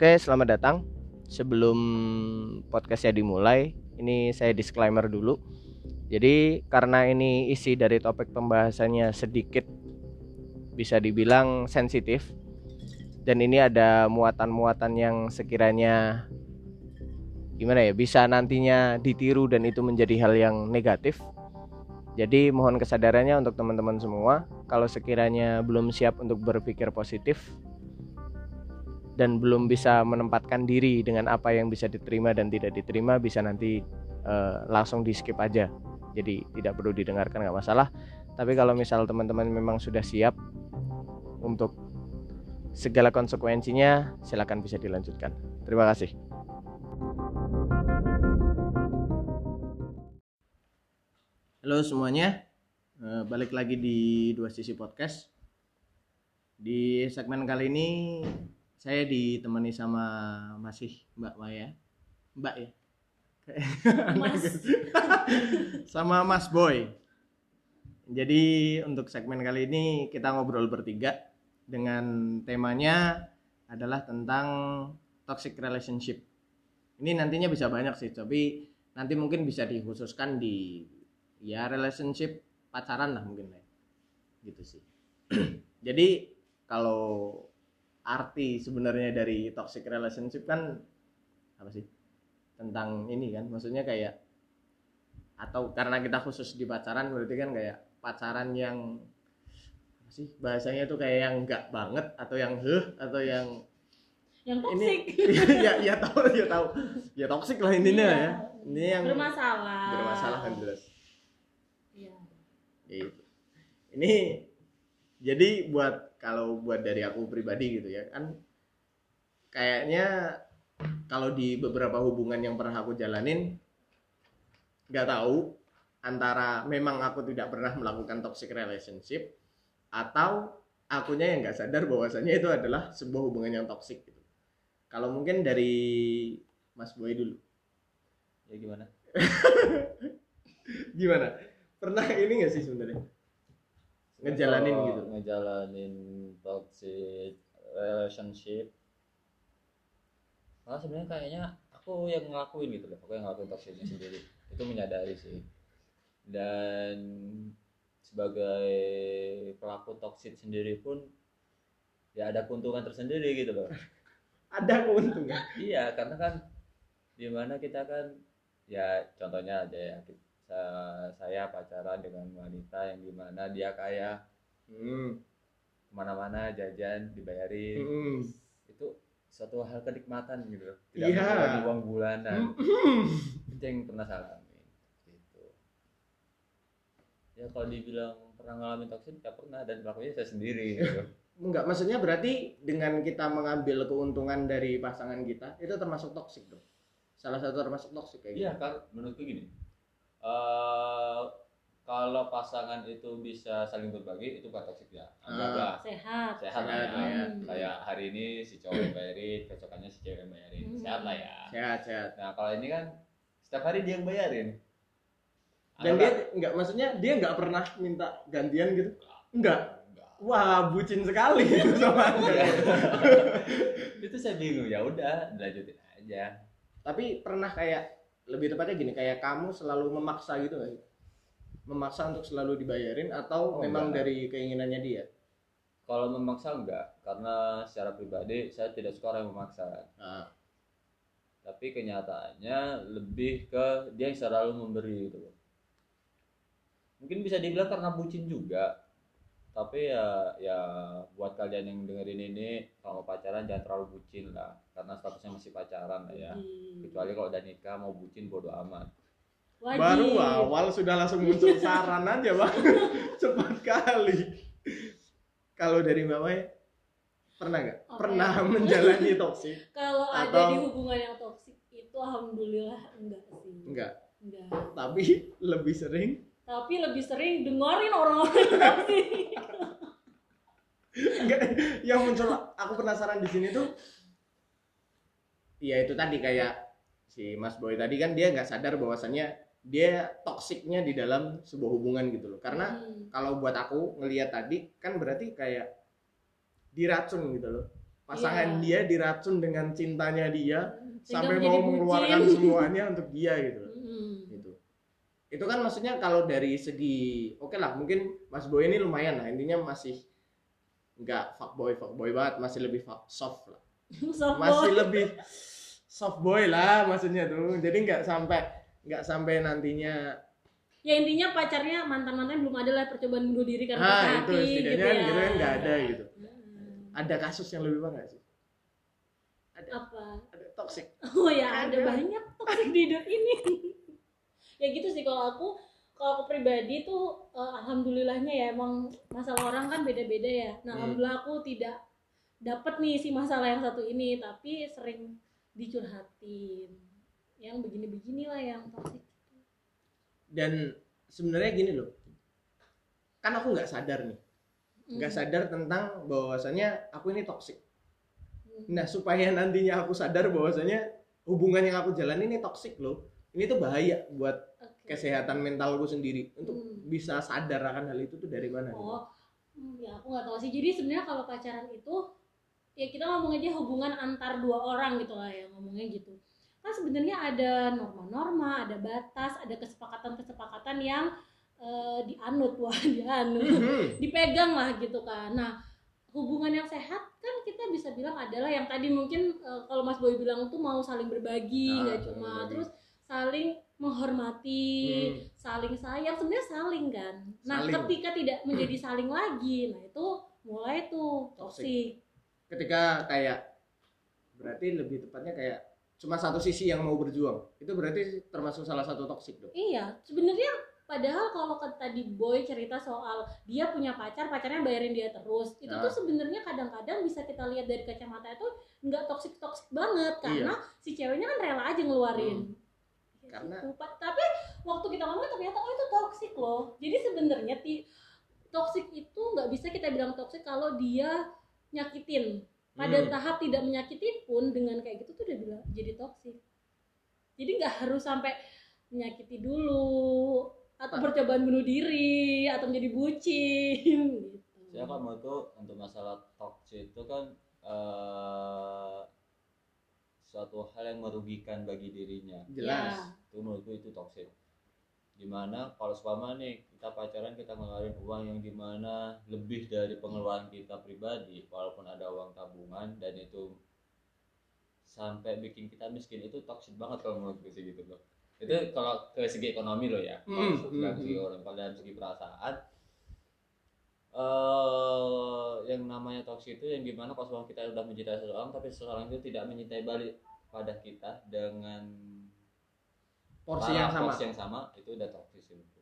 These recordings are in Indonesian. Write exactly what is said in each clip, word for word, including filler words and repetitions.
Oke, selamat datang. Sebelum podcastnya dimulai, ini saya disclaimer dulu. Jadi karena ini isi dari topik pembahasannya sedikit bisa dibilang sensitif, dan ini ada muatan-muatan yang sekiranya gimana ya, bisa nantinya ditiru dan itu menjadi hal yang negatif. Jadi mohon kesadarannya untuk teman-teman semua, kalau sekiranya belum siap untuk berpikir positif dan belum bisa menempatkan diri dengan apa yang bisa diterima dan tidak diterima, bisa nanti uh, langsung di skip aja. Jadi tidak perlu didengarkan, nggak masalah. Tapi kalau misal teman-teman memang sudah siap untuk segala konsekuensinya, silakan bisa dilanjutkan. Terima kasih. Halo semuanya, uh, balik lagi di Dua Sisi Podcast. Di segmen kali ini saya ditemani sama masih Mbak Maya, Mbak ya, Mas. sama Mas Boy. Jadi untuk segmen kali ini kita ngobrol bertiga dengan temanya adalah tentang toxic relationship. Ini nantinya bisa banyak sih, tapi nanti mungkin bisa dikhususkan di ya relationship pacaran lah mungkin ya, gitu sih. Jadi kalau arti sebenarnya dari toxic relationship kan apa sih? Tentang ini kan, maksudnya kayak, atau karena kita khusus di pacaran berarti kan kayak pacaran yang apa sih bahasanya tuh, kayak yang enggak banget atau yang heh atau yang yang toksik. Ini ya ya tahu ya tahu ya toksik lah intinya iya. ya. Ini yang bermasalah. Bermasalah kan jelas. Iya. Gitu. Ini jadi buat kalau buat dari aku pribadi gitu ya kan, kayaknya kalau di beberapa hubungan yang pernah aku jalanin, nggak tahu antara memang aku tidak pernah melakukan toxic relationship atau akunya yang nggak sadar bahwasannya itu adalah sebuah hubungan yang toxic gitu. Kalau mungkin dari Mas Boy dulu. Ya gimana? Gimana? Pernah ini nggak sih sebenarnya ngejalanin Kalau gitu? Ngejalanin toxic relationship. Malah sebenarnya kayaknya aku yang ngelakuin gitu loh. Aku yang ngelakuin toxicnya sendiri. Itu menyadari sih. Dan sebagai pelaku toxic sendiri pun ya ada keuntungan tersendiri gitu loh. Ada keuntungan. Iya, karena kan dimana kita kan ya contohnya aja ya, saya pacaran dengan wanita yang dimana dia kaya, hmm. kemana-mana jajan dibayarin, hmm. itu suatu hal kenikmatan gitu, tidak yeah. mengurangi uang bulanan. hmm. Itu yang pernah saya alami gitu. Ya kalau dibilang pernah ngalamin toksik ya pernah, dan pelakunya saya sendiri gitu. Enggak, maksudnya berarti dengan kita mengambil keuntungan dari pasangan kita itu termasuk toksik dong. Salah satu termasuk toksik kayak gitu. Iya kan, menurutku gini. Uh, kalau pasangan itu bisa saling berbagi, itu bukan toksik ya. Anggaplah sehat. Sehat lah ya. ya. Kayak hari ini si cowok yang bayarin, besokannya si cewek yang bayarin. Hmm. Sehat lah ya. Sehat, sehat. Nah, kalau ini kan setiap hari dia yang bayarin. Dan dia enggak, maksudnya dia enggak pernah minta gantian gitu. Enggak. Enggak. Wah, bucin sekali itu sama Anda. Itu saya bingung, ya udah, dilanjutin aja. Tapi pernah kayak, lebih tepatnya gini, kayak kamu selalu memaksa gitu nggak sih? Memaksa untuk selalu dibayarin atau oh, memang enggak. Dari keinginannya dia? Kalau memaksa enggak, karena secara pribadi saya tidak suka orang yang memaksa. Nah. Tapi kenyataannya lebih ke dia yang selalu memberi gitu. Mungkin bisa dibilang karena bucin juga. Tapi ya ya buat kalian yang dengerin ini, kalau pacaran jangan terlalu bucin lah, karena statusnya masih pacaran lah ya. Hmm. Kecuali kalau udah nikah mau bucin bodo amat. Wajib. Baru awal sudah langsung muncul saran aja bang. Cepat kali. Kalau dari Mbak Mai, pernah nggak? Okay. Pernah menjalani toksik? Kalau atau... ada di hubungan yang toksik itu alhamdulillah enggak sih. Enggak. Enggak. Tapi lebih sering. Tapi lebih sering dengerin orang-orang toksik. Enggak, yang muncul aku penasaran di sini tuh, ya itu tadi kayak si Mas Boy tadi kan, dia nggak sadar bahwasannya dia toksiknya di dalam sebuah hubungan gitu loh. Karena hmm. kalau buat aku ngelihat tadi kan berarti kayak diracun gitu loh. pasangan Iya. dia diracun dengan cintanya dia Sehingga sampai menjadi mau mengeluarkan bucin. semuanya untuk dia gitu. Mm. Gitu. Itu kan maksudnya kalau dari segi oke lah, mungkin Mas Boy ini lumayan lah, intinya masih nggak fuckboy fuckboy banget, masih lebih fuck, soft lah. Soft Masih boy. lebih soft boy lah maksudnya tuh. Jadi nggak sampai nggak sampai nantinya Ya intinya pacarnya mantan-mantan belum ada lah percobaan bunuh diri karena ah patah itu hati setidaknya gitu kan ya. gitu kan nggak ada gitu. Hmm. Ada kasus yang lebih banget sih. Ada Apa? ada toxic. Oh ya ada Ada. banyak toksik di hidup ini. Ya gitu sih kalau aku kalau aku pribadi tuh eh, alhamdulillahnya ya emang masalah orang kan beda-beda ya. Nah Hmm. alhamdulillah aku tidak dapat nih si masalah yang satu ini, tapi sering dicurhatin yang begini-beginilah yang toksik. Dan sebenarnya gini loh, kan aku nggak sadar nih, nggak Hmm. sadar tentang bahwasanya aku ini toxic. Hmm. Nah supaya nantinya aku sadar bahwasanya hubungan yang aku jalani ini toxic loh, ini tuh bahaya buat Oke. kesehatan mentalku sendiri. Untuk Hmm. bisa sadar akan hal itu tuh dari mana? gitu? Oh, hmm, ya aku nggak tahu sih. Jadi sebenarnya kalau pacaran itu, ya kita ngomong aja hubungan antar dua orang gitu lah ya, ngomongnya gitu. Kan sebenarnya ada norma-norma, ada batas, ada kesepakatan-kesepakatan yang eh, dianut, wah dianut, Mhm. dipegang lah gitu kan. Nah, hubungan yang sehat kan kita bisa bilang adalah yang tadi mungkin eh, kalau Mas Boy bilang tuh mau saling berbagi, Ah, nggak saling cuma berbagi. terus saling menghormati, Hmm. saling sayang, sebenarnya saling kan. Nah, Saling. ketika tidak menjadi saling lagi, nah itu mulai tuh toksik. Ketika kayak berarti lebih tepatnya kayak cuma satu sisi yang mau berjuang, itu berarti termasuk salah satu toksik dong. Iya, sebenarnya padahal kalau ke- tadi Boy cerita soal dia punya pacar, pacarnya bayarin dia terus, itu Ah. tuh sebenarnya kadang-kadang bisa kita lihat dari kacamata itu nggak toksik toksik banget karena si ceweknya kan rela aja ngeluarin. Ya Karena- gitu. Pa- tapi waktu kita ngomong ternyata oh itu toksik loh. Jadi sebenarnya ti- toksik itu nggak bisa kita bilang toksik kalau dia nyakitin. Pada Hmm. tahap tidak menyakiti pun dengan kayak gitu tuh udah bilang jadi toksik. Jadi nggak harus sampai menyakiti dulu atau Pa- percobaan bunuh diri atau menjadi bucin gitu. Saya kan mau tuh untuk masalah toxic itu kan eh, suatu hal yang merugikan bagi dirinya. Jelas. Ya. Itu menurutku itu toxic. Dimana kalau seumpama nih kita pacaran kita ngeluarin uang yang dimana lebih dari pengeluaran kita pribadi, walaupun ada uang tabungan dan itu sampai bikin kita miskin, itu toxic banget kalau menurutku sih gitu loh. Itu kalau ke segi ekonomi loh ya. Kalau Hmm, dalam hmm, segi hmm. orang, kalau dalam segi perasaan eh yang namanya toxic itu yang gimana kalau seumpama kita udah mencintai seseorang tapi seseorang itu tidak mencintai balik pada kita dengan Porsi parah, yang sama. porsi yang sama, itu udah toxic sih menurutku.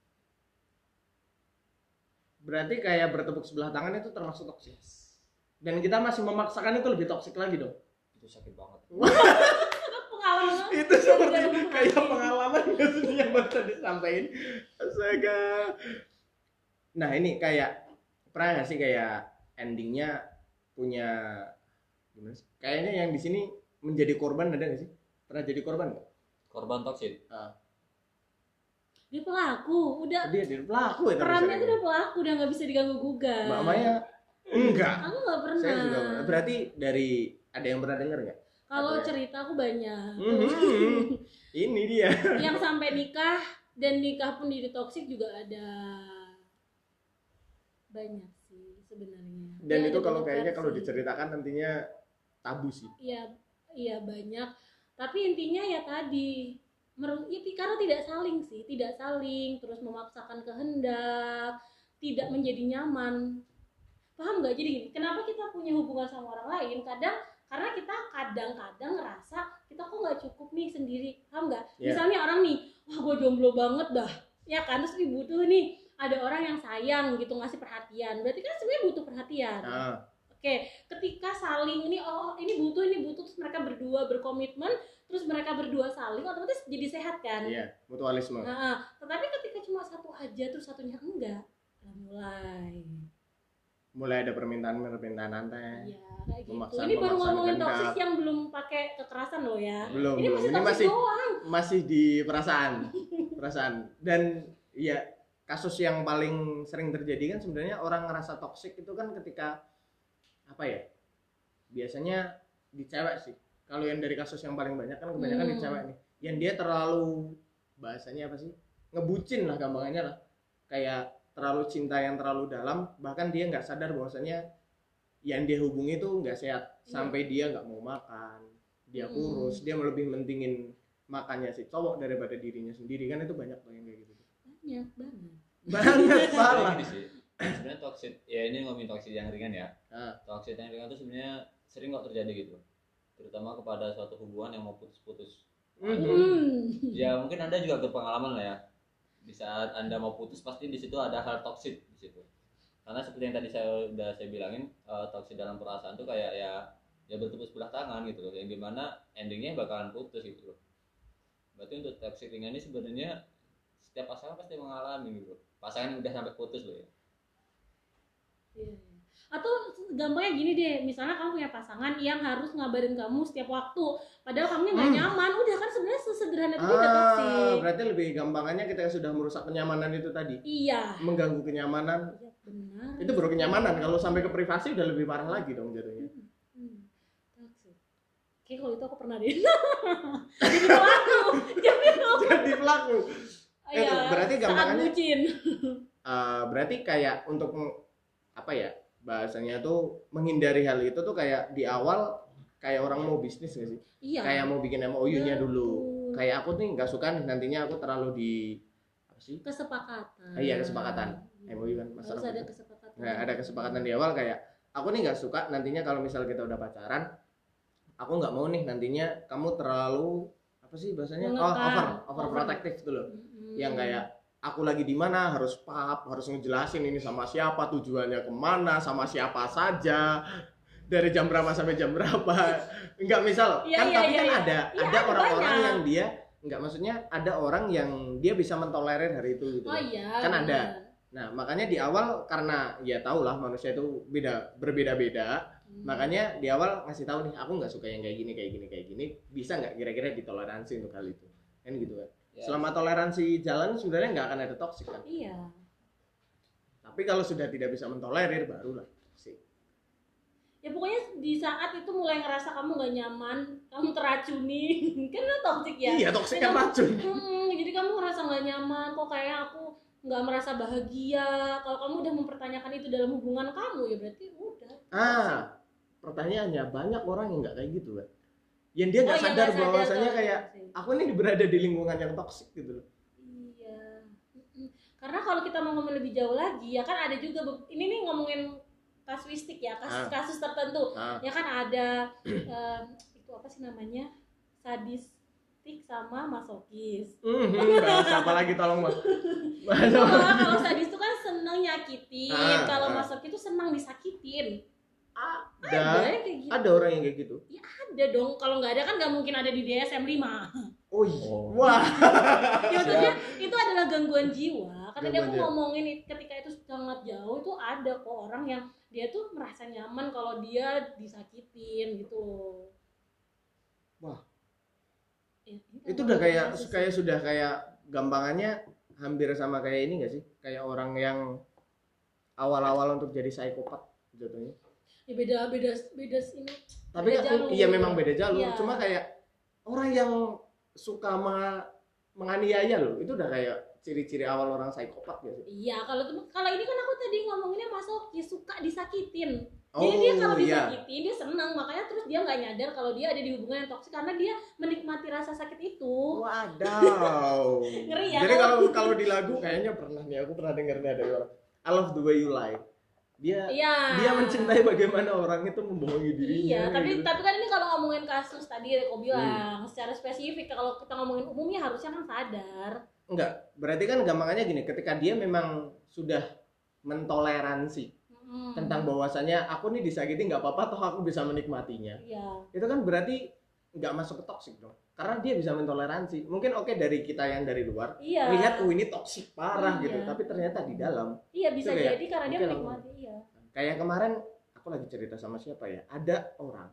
Berarti kayak bertepuk sebelah tangan itu termasuk toksik. Dan kita masih memaksakan itu lebih toksik lagi dong. Itu sakit banget. Pengalaman Itu seperti dalam kayak hati. pengalaman gak sih yang baru disampaikan. Astaga. Nah ini kayak pernah gak sih kayak endingnya punya gimana sih? Kayaknya yang di sini menjadi korban ada gak sih? Pernah jadi korban gak? Korban toxic. Ah, Dia pelaku, udah dia dia pelaku ya tapi perannya sering. itu udah pelaku, udah nggak bisa diganggu gugat. Mbak Maya enggak. Aku nggak pernah. Saya juga pernah. Berarti dari ada yang pernah dengar nggak? Kalau Apa ya? cerita aku banyak. Mhm. Ini dia. Yang sampai nikah dan nikah pun jadi toksik juga ada. Banyak sih sebenarnya. Dan Ya, itu ada kalau banyak kayaknya kalau versi. diceritakan nantinya tabu sih. Iya, iya banyak. Tapi intinya ya tadi meru- ya, karena tidak saling sih, tidak saling, terus memaksakan kehendak, tidak menjadi nyaman. Paham nggak? Jadi gini, kenapa kita punya hubungan sama orang lain? Kadang karena kita kadang-kadang ngerasa kita kok nggak cukup nih sendiri, paham nggak? Iya. Misalnya orang nih, wah gue jomblo banget dah, ya kan? Terus dia butuh nih ada orang yang sayang gitu ngasih perhatian, berarti kan sebenarnya butuh perhatian. Ah, Oke, ketika saling ini oh ini butuh ini butuh terus mereka berdua berkomitmen, terus mereka berdua saling otomatis jadi sehat kan? iya, mutualisme. Nah, tetapi ketika cuma satu aja terus satunya enggak, nah mulai. Mulai ada permintaan-permintaan teh. Iya, kayak gitu. Memaksa- Ini baru memaksa ngomongin kehendak. toksik yang belum pakai kekerasan loh ya. Belum, Ini belum. masih Ini toksik masih doang. masih di perasaan. Perasaan. Dan ya kasus yang paling sering terjadi kan sebenarnya orang ngerasa toksik itu kan ketika apa ya? biasanya di cewek sih. Kalau yang dari kasus yang paling banyak kan kebanyakan Hmm. di cewek nih. Yang dia terlalu bahasanya apa sih? Ngebucin lah gampangannya lah. Kayak terlalu cinta yang terlalu dalam, bahkan dia nggak sadar bahwasanya yang dia hubungi itu nggak sehat. Sampai dia nggak mau makan, dia kurus, Hmm. dia lebih mentingin makannya si cowok daripada dirinya sendiri. Kan itu banyak tuh yang kayak gitu. Banyak banget. Banget Sebenarnya salah. gini sih, sebenarnya toxic ya ini ngomongin toxic yang ringan ya. Nah, Toxic yang ringan itu sebenarnya sering kok terjadi gitu, terutama kepada suatu hubungan yang mau putus-putus. mhm. Hmm. Ya mungkin anda juga berpengalaman lah ya, di saat anda mau putus pasti di situ ada hal toxic di situ. Karena seperti yang tadi saya udah saya bilangin, uh, toxic dalam perasaan tuh kayak ya ya bertepuk sebelah tangan gitu loh, yang dimana endingnya bakalan putus gitu loh. Berarti untuk toxic ringan ini sebenarnya setiap pasangan pasti mengalami gitu loh. Pasangan yang udah sampai putus loh ya. Iya. Atau gampangnya gini deh, misalnya kamu punya pasangan yang harus ngabarin kamu setiap waktu, padahal kamu nggak Hmm. nyaman, udah kan sebenarnya sesederhana itu udah toksik. Ah, berarti lebih gampangannya kita sudah merusak kenyamanan itu tadi. Iya. Mengganggu kenyamanan. Iya benar. Itu baru kenyamanan. Kalau sampai ke privasi udah lebih parah lagi dong jatuhnya. Hmm. Toxic. Oke, kalau itu aku pernah deh. Jadi pelaku. Jadi pelaku. Jadi pelaku. Eh, Iya, berarti saat gampangannya bucin. uh, berarti kayak untuk meng- apa ya bahasanya tuh menghindari hal itu tuh kayak di awal kayak orang mau bisnis nggak sih? Iya. Kayak mau bikin M O U-nya dulu. Betul. Kayak aku nih nggak suka nih nantinya aku terlalu di apa sih? Kesepakatan. Ah, iya, kesepakatan. M O U kan Harus masalah ada itu. kesepakatan. Nah, ada kesepakatan di awal kayak aku nih nggak suka nantinya kalau misal kita udah pacaran, aku nggak mau nih nantinya kamu terlalu apa sih bahasanya? Oh, Mengekang. over, over Over. protective gitu loh. Mm-mm. Yang kayak aku lagi di mana harus pap, harus ngejelasin ini sama siapa, tujuannya kemana, sama siapa saja, dari jam berapa sampai jam berapa. Enggak misal, Iya, kan iya, tapi iya, kan iya. ada Iya, ada ada orang-orang banyak. yang dia enggak maksudnya ada orang yang dia bisa mentolerir hari itu gitu. Oh iya. Kan ada. benar. Nah, makanya di awal karena ya tau lah manusia itu beda berbeda-beda. Hmm. Makanya di awal ngasih tahu nih, aku nggak suka yang kayak gini, kayak gini, kayak gini. Bisa nggak kira-kira ditoleransi untuk hal itu? Kan gitu kan. Ya. Selama toleransi jalan sebenarnya nggak akan ada toksik kan. Iya. Tapi kalau sudah tidak bisa mentolerir barulah toksik. Ya pokoknya di saat itu mulai ngerasa kamu gak nyaman, kamu teracuni, kan itu toxic ya. Iya, toksik Jadi kan kamu- racun. Hmm, jadi kamu ngerasa gak nyaman, kok kayak aku nggak merasa bahagia. Kalau kamu udah mempertanyakan itu dalam hubungan kamu, ya berarti udah. Ah, pertanyaannya banyak orang yang nggak kayak gitu kan. Yang dia nggak Oh, iya, sadar nggak sadar bahwasanya kalau kayak toxic. aku ini berada di lingkungan yang toksik gitu loh. Iya. Mm-mm. Karena kalau kita mau ngomong lebih jauh lagi, ya kan ada juga be- ini nih ngomongin kasuistik ya, kasus-kasus tertentu. Ah. Ya kan ada em, itu apa sih namanya? Sadistik sama masokis. Mhm, bahasa apa lagi tolong mas? Bahasa Kalau apa? kalau sadis itu kan seneng nyakitin, Ah, kalau ah. masokis itu senang disakitin. Ada Ada, yang kayak gitu. ada orang yang kayak gitu. Ada dong. Kalau nggak ada kan nggak mungkin ada di D S M lima. Oh, iya. Oh. Wah. Ya maksudnya itu adalah gangguan jiwa. Karena dia Gangguan aku jiwa. ngomongin it- ketika itu sangat jauh itu ada kok orang yang dia tuh merasa nyaman kalau dia disakitin gitu loh. Wah. Ya, ini kan Itu udah kayak kasus- kayak sudah kayak gampangannya hampir sama kayak ini nggak sih? Kayak orang yang awal-awal untuk jadi psikopat jatuhnya. ya beda beda beda ini. Tapi Beda kan jalur. iya memang beda jalur. Iya. Cuma kayak orang yang suka menga- menganiaya loh, itu udah kayak ciri-ciri awal orang psikopat gitu. Iya, kalau tuh- kalau ini kan aku tadi ngomonginnya masokis suka disakitin. Oh, Jadi dia kalau iya. disakitin dia senang, makanya terus dia nggak nyadar kalau dia ada di hubungan yang toksik karena dia menikmati rasa sakit itu. Wadaw. Ngeri ya, Jadi kalau- kalau kalau di lagu kayaknya pernah nih aku pernah denger nih ada orang I love the way you lie. Dia Iya. dia mencintai bagaimana orang itu membohongi dirinya. Iya, tapi gitu. tapi kan ini kalau ngomongin kasus tadi Reko bilang secara spesifik, kalau kita ngomongin umumnya harusnya kan sadar. Enggak, berarti kan gampangannya gini, ketika dia memang sudah mentoleransi Hmm. tentang bahwasannya aku nih disakiti nggak apa-apa toh aku bisa menikmatinya. Iya. Itu kan berarti nggak masuk ke toksik dong. Karena dia bisa mentoleransi. Mungkin oke dari kita yang dari luar Iya. lihat oh ini toksik parah Iya. gitu, tapi ternyata di dalam Iya bisa Itu kayak, jadi karena dia oke lah. menikmati. Iya. kayak kemarin aku lagi cerita sama siapa ya, ada orang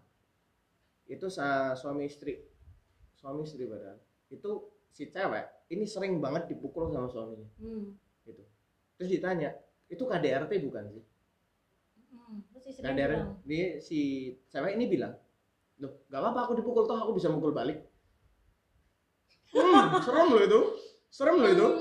itu sa- suami istri suami istri padahal itu si cewek ini sering banget dipukul sama suaminya Hmm. gitu. Terus ditanya itu K D R T bukan sih? Hmm, terus Nah, istrinya dari bilang, dia si cewek ini bilang, loh gak apa-apa aku dipukul toh aku bisa mukul balik. Hmm, serem loh itu, serem loh itu.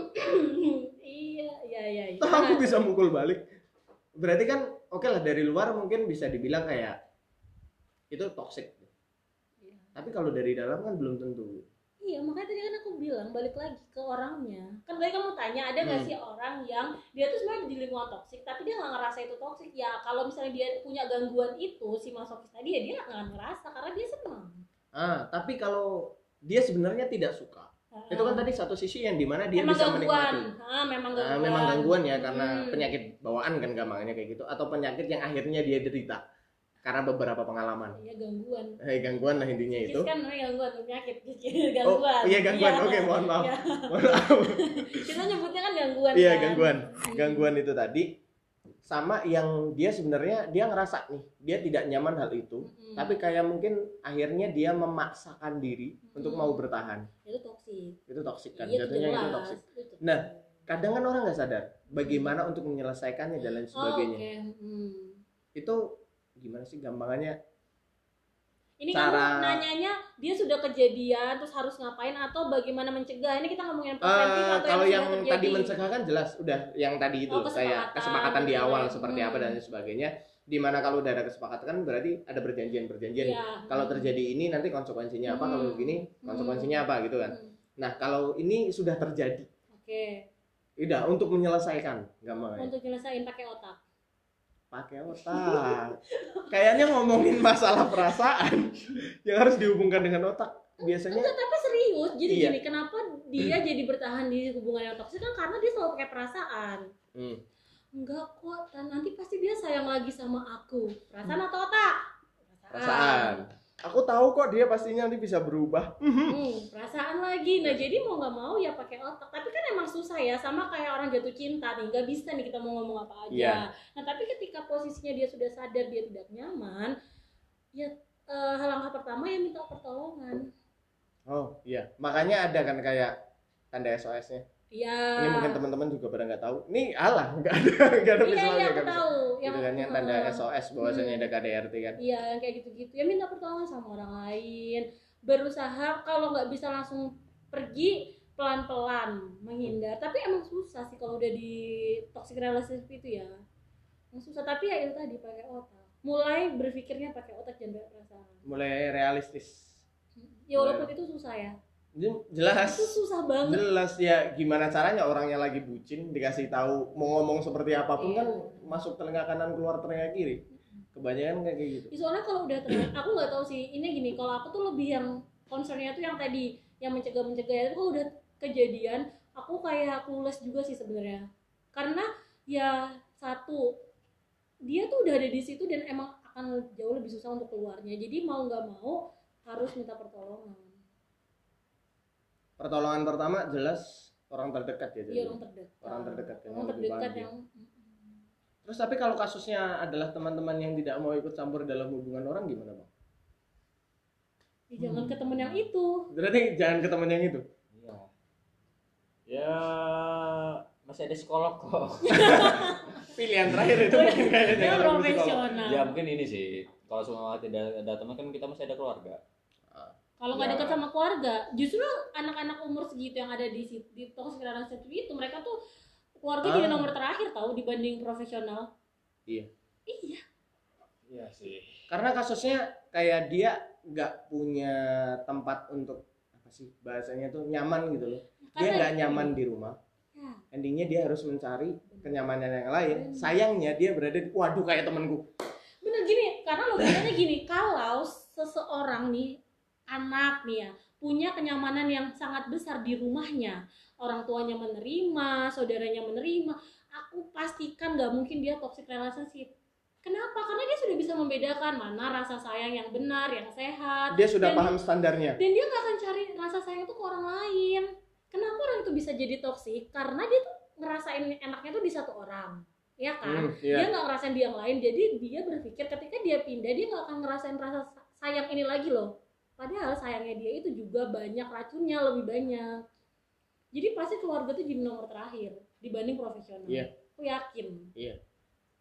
iya iya iya iya. Toh aku bisa mukul balik. Berarti kan oke lah dari luar mungkin bisa dibilang kayak itu toxic. Iya. Tapi kalau dari dalam kan belum tentu. Iya, makanya tadi kan aku bilang balik lagi ke orangnya. Kan tadi kamu tanya ada nggak Hmm. sih orang yang dia tuh sebenarnya di lingkungan toksik, tapi dia nggak ngerasa itu toksik. Ya kalau misalnya dia punya gangguan itu si masokis tadi ya dia nggak ngerasa karena dia senang. Ah, tapi kalau dia sebenarnya tidak suka. Ah, Itu kan tadi satu sisi yang dimana dia memang bisa gangguan. menikmati. Ah, memang Ah, gangguan. memang gangguan ya karena Hmm. penyakit bawaan kan gampangnya kayak gitu atau penyakit yang akhirnya dia derita karena beberapa pengalaman. Iya gangguan. Eh, gangguan lah intinya itu. Psikis kan namanya gangguan, penyakit psikis Oh, gangguan. iya gangguan. Iya. Oke, mohon maaf. Iya. Mohon maaf. Kita nyebutnya kan gangguan. Iya, kan? gangguan. Hmm. Gangguan itu tadi sama yang dia sebenarnya dia ngerasa nih, dia tidak nyaman hal itu, Mm-mm. tapi kayak mungkin akhirnya dia memaksakan diri untuk Mm-mm. mau bertahan. Itu toksik. Itu toksik kan. Iya, Jatuhnya itu jelas. toksik. Itu. Nah, kadang kan orang nggak sadar bagaimana untuk menyelesaikannya dan lain Oh, sebagainya. oke. Hmm. Itu gimana sih gampangannya? Ini Cara- kamu nanyanya dia sudah kejadian terus harus ngapain atau bagaimana mencegah? Ini kita ngomongin preventif Eh, atau kalau yang sudah terjadi? tadi mencegah kan jelas udah yang tadi itu Oh, kayak kesepakatan. kesepakatan di awal Hmm. seperti apa dan lain sebagainya. Dimana kalau udah ada kesepakatan kan berarti ada perjanjian-perjanjian. Iya. Kalau terjadi ini nanti konsekuensinya apa, Hmm. kalau begini konsekuensinya apa gitu kan. Hmm. Nah kalau ini sudah terjadi, Oke. udah untuk menyelesaikan gampangnya Untuk nyelesain pakai otak. pakai otak. Kayaknya ngomongin masalah perasaan yang harus dihubungkan dengan otak biasanya. Enggak, tapi serius. Jadi Iya. gini, kenapa dia jadi bertahan di hubungan yang toksik kan karena dia selalu pakai perasaan. Hmm. Enggak kok, dan nanti pasti dia sayang lagi sama aku. Perasaan atau otak? Perasaan. Aku tahu kok dia pastinya nanti bisa berubah. Hmm, perasaan lagi. Nah jadi mau nggak mau ya pakai otak. Tapi kan emang susah ya, sama kayak orang jatuh cinta nih. Nggak bisa nih kita mau ngomong apa aja. Iya. Nah tapi ketika posisinya dia sudah sadar dia tidak nyaman, ya eh, langkah pertama ya minta pertolongan. Oh iya, makanya ada kan kayak tanda S O S-nya. Iya. Ini mungkin teman-teman juga pada nggak tahu. Ini alah, nggak ada, nggak ada Iya visualnya iya aku kan. tahu. Gitu kan yang tanda S O S bahwasanya Hmm. ada K D R T kan. Iya yang kayak gitu-gitu. Ya minta pertolongan sama orang lain. Berusaha kalau nggak bisa langsung pergi pelan-pelan menghindar. Tapi emang susah sih kalau udah di toxic relationship itu ya. Emang susah. Tapi ya itu tadi pakai otak. Mulai berpikirnya pakai otak jangan pakai perasaan. Mulai realistis. Ya walaupun itu susah ya. Jelas. Itu susah banget. Jelas ya, gimana caranya orangnya lagi bucin dikasih tahu mau ngomong seperti apapun Iya. kan masuk telinga kanan keluar telinga kiri. Kebanyakan kayak gitu. Ya, soalnya kalau udah tenang, aku nggak tahu sih. Ini gini, kalau aku tuh lebih yang concernnya tuh yang tadi, yang mencegah-mencegah itu kalau udah kejadian, aku kayak clueless juga sih sebenarnya. Karena ya satu, dia tuh udah ada di situ dan emang akan jauh lebih susah untuk keluarnya. Jadi mau nggak mau harus minta pertolongan. Pertolongan pertama jelas orang terdekat ya. Iya jadi. orang terdekat. Orang terdekat yang Orang lebih terdekat paham yang Terus tapi kalau kasusnya adalah teman-teman yang tidak mau ikut campur dalam hubungan orang gimana bang? ya, jangan ke temen yang itu. Berarti jangan ke teman yang itu. Iya. Ya masih ada psikolog kok. Pilihan terakhir itu mungkin kayaknya. Dia orang psikolog. profesional. Ya mungkin ini sih. Kalau semua tidak ada teman kan kita masih ada keluarga. Kalau nggak Ya. dekat sama keluarga, justru anak-anak umur segitu yang ada di situ, di toxic relationship itu mereka tuh keluarga Ah. jadi nomor terakhir tahu dibanding profesional. Iya. Iya. Iya sih. Karena kasusnya kayak dia nggak punya tempat untuk apa sih bahasanya tuh nyaman gitu loh. Dia Karena- nggak nyaman di rumah. Ya, Endingnya dia harus mencari kenyamanan yang lain. Sayangnya dia berada di waduh kayak temanku. bener gini, karena logikanya gini, kalau seseorang nih anak nih ya punya kenyamanan yang sangat besar di rumahnya, orang tuanya menerima, saudaranya menerima, aku pastikan nggak mungkin dia toxic relationship. Kenapa? Karena dia sudah bisa membedakan mana rasa sayang yang benar, yang sehat. Dia sudah Dan- paham standarnya. Dan dia nggak akan cari rasa sayang itu ke orang lain. Kenapa orang itu bisa jadi toksik? Karena dia tuh ngerasain enaknya tuh di satu orang, ya kan? Hmm, iya. Dia nggak ngerasain di yang lain. Jadi dia berpikir ketika dia pindah dia nggak akan ngerasain rasa sayang ini lagi loh. Padahal sayangnya dia itu juga banyak, racunnya lebih banyak. Jadi pasti keluarga tuh jadi nomor terakhir dibanding profesional. Iya. Aku yakin. Iya.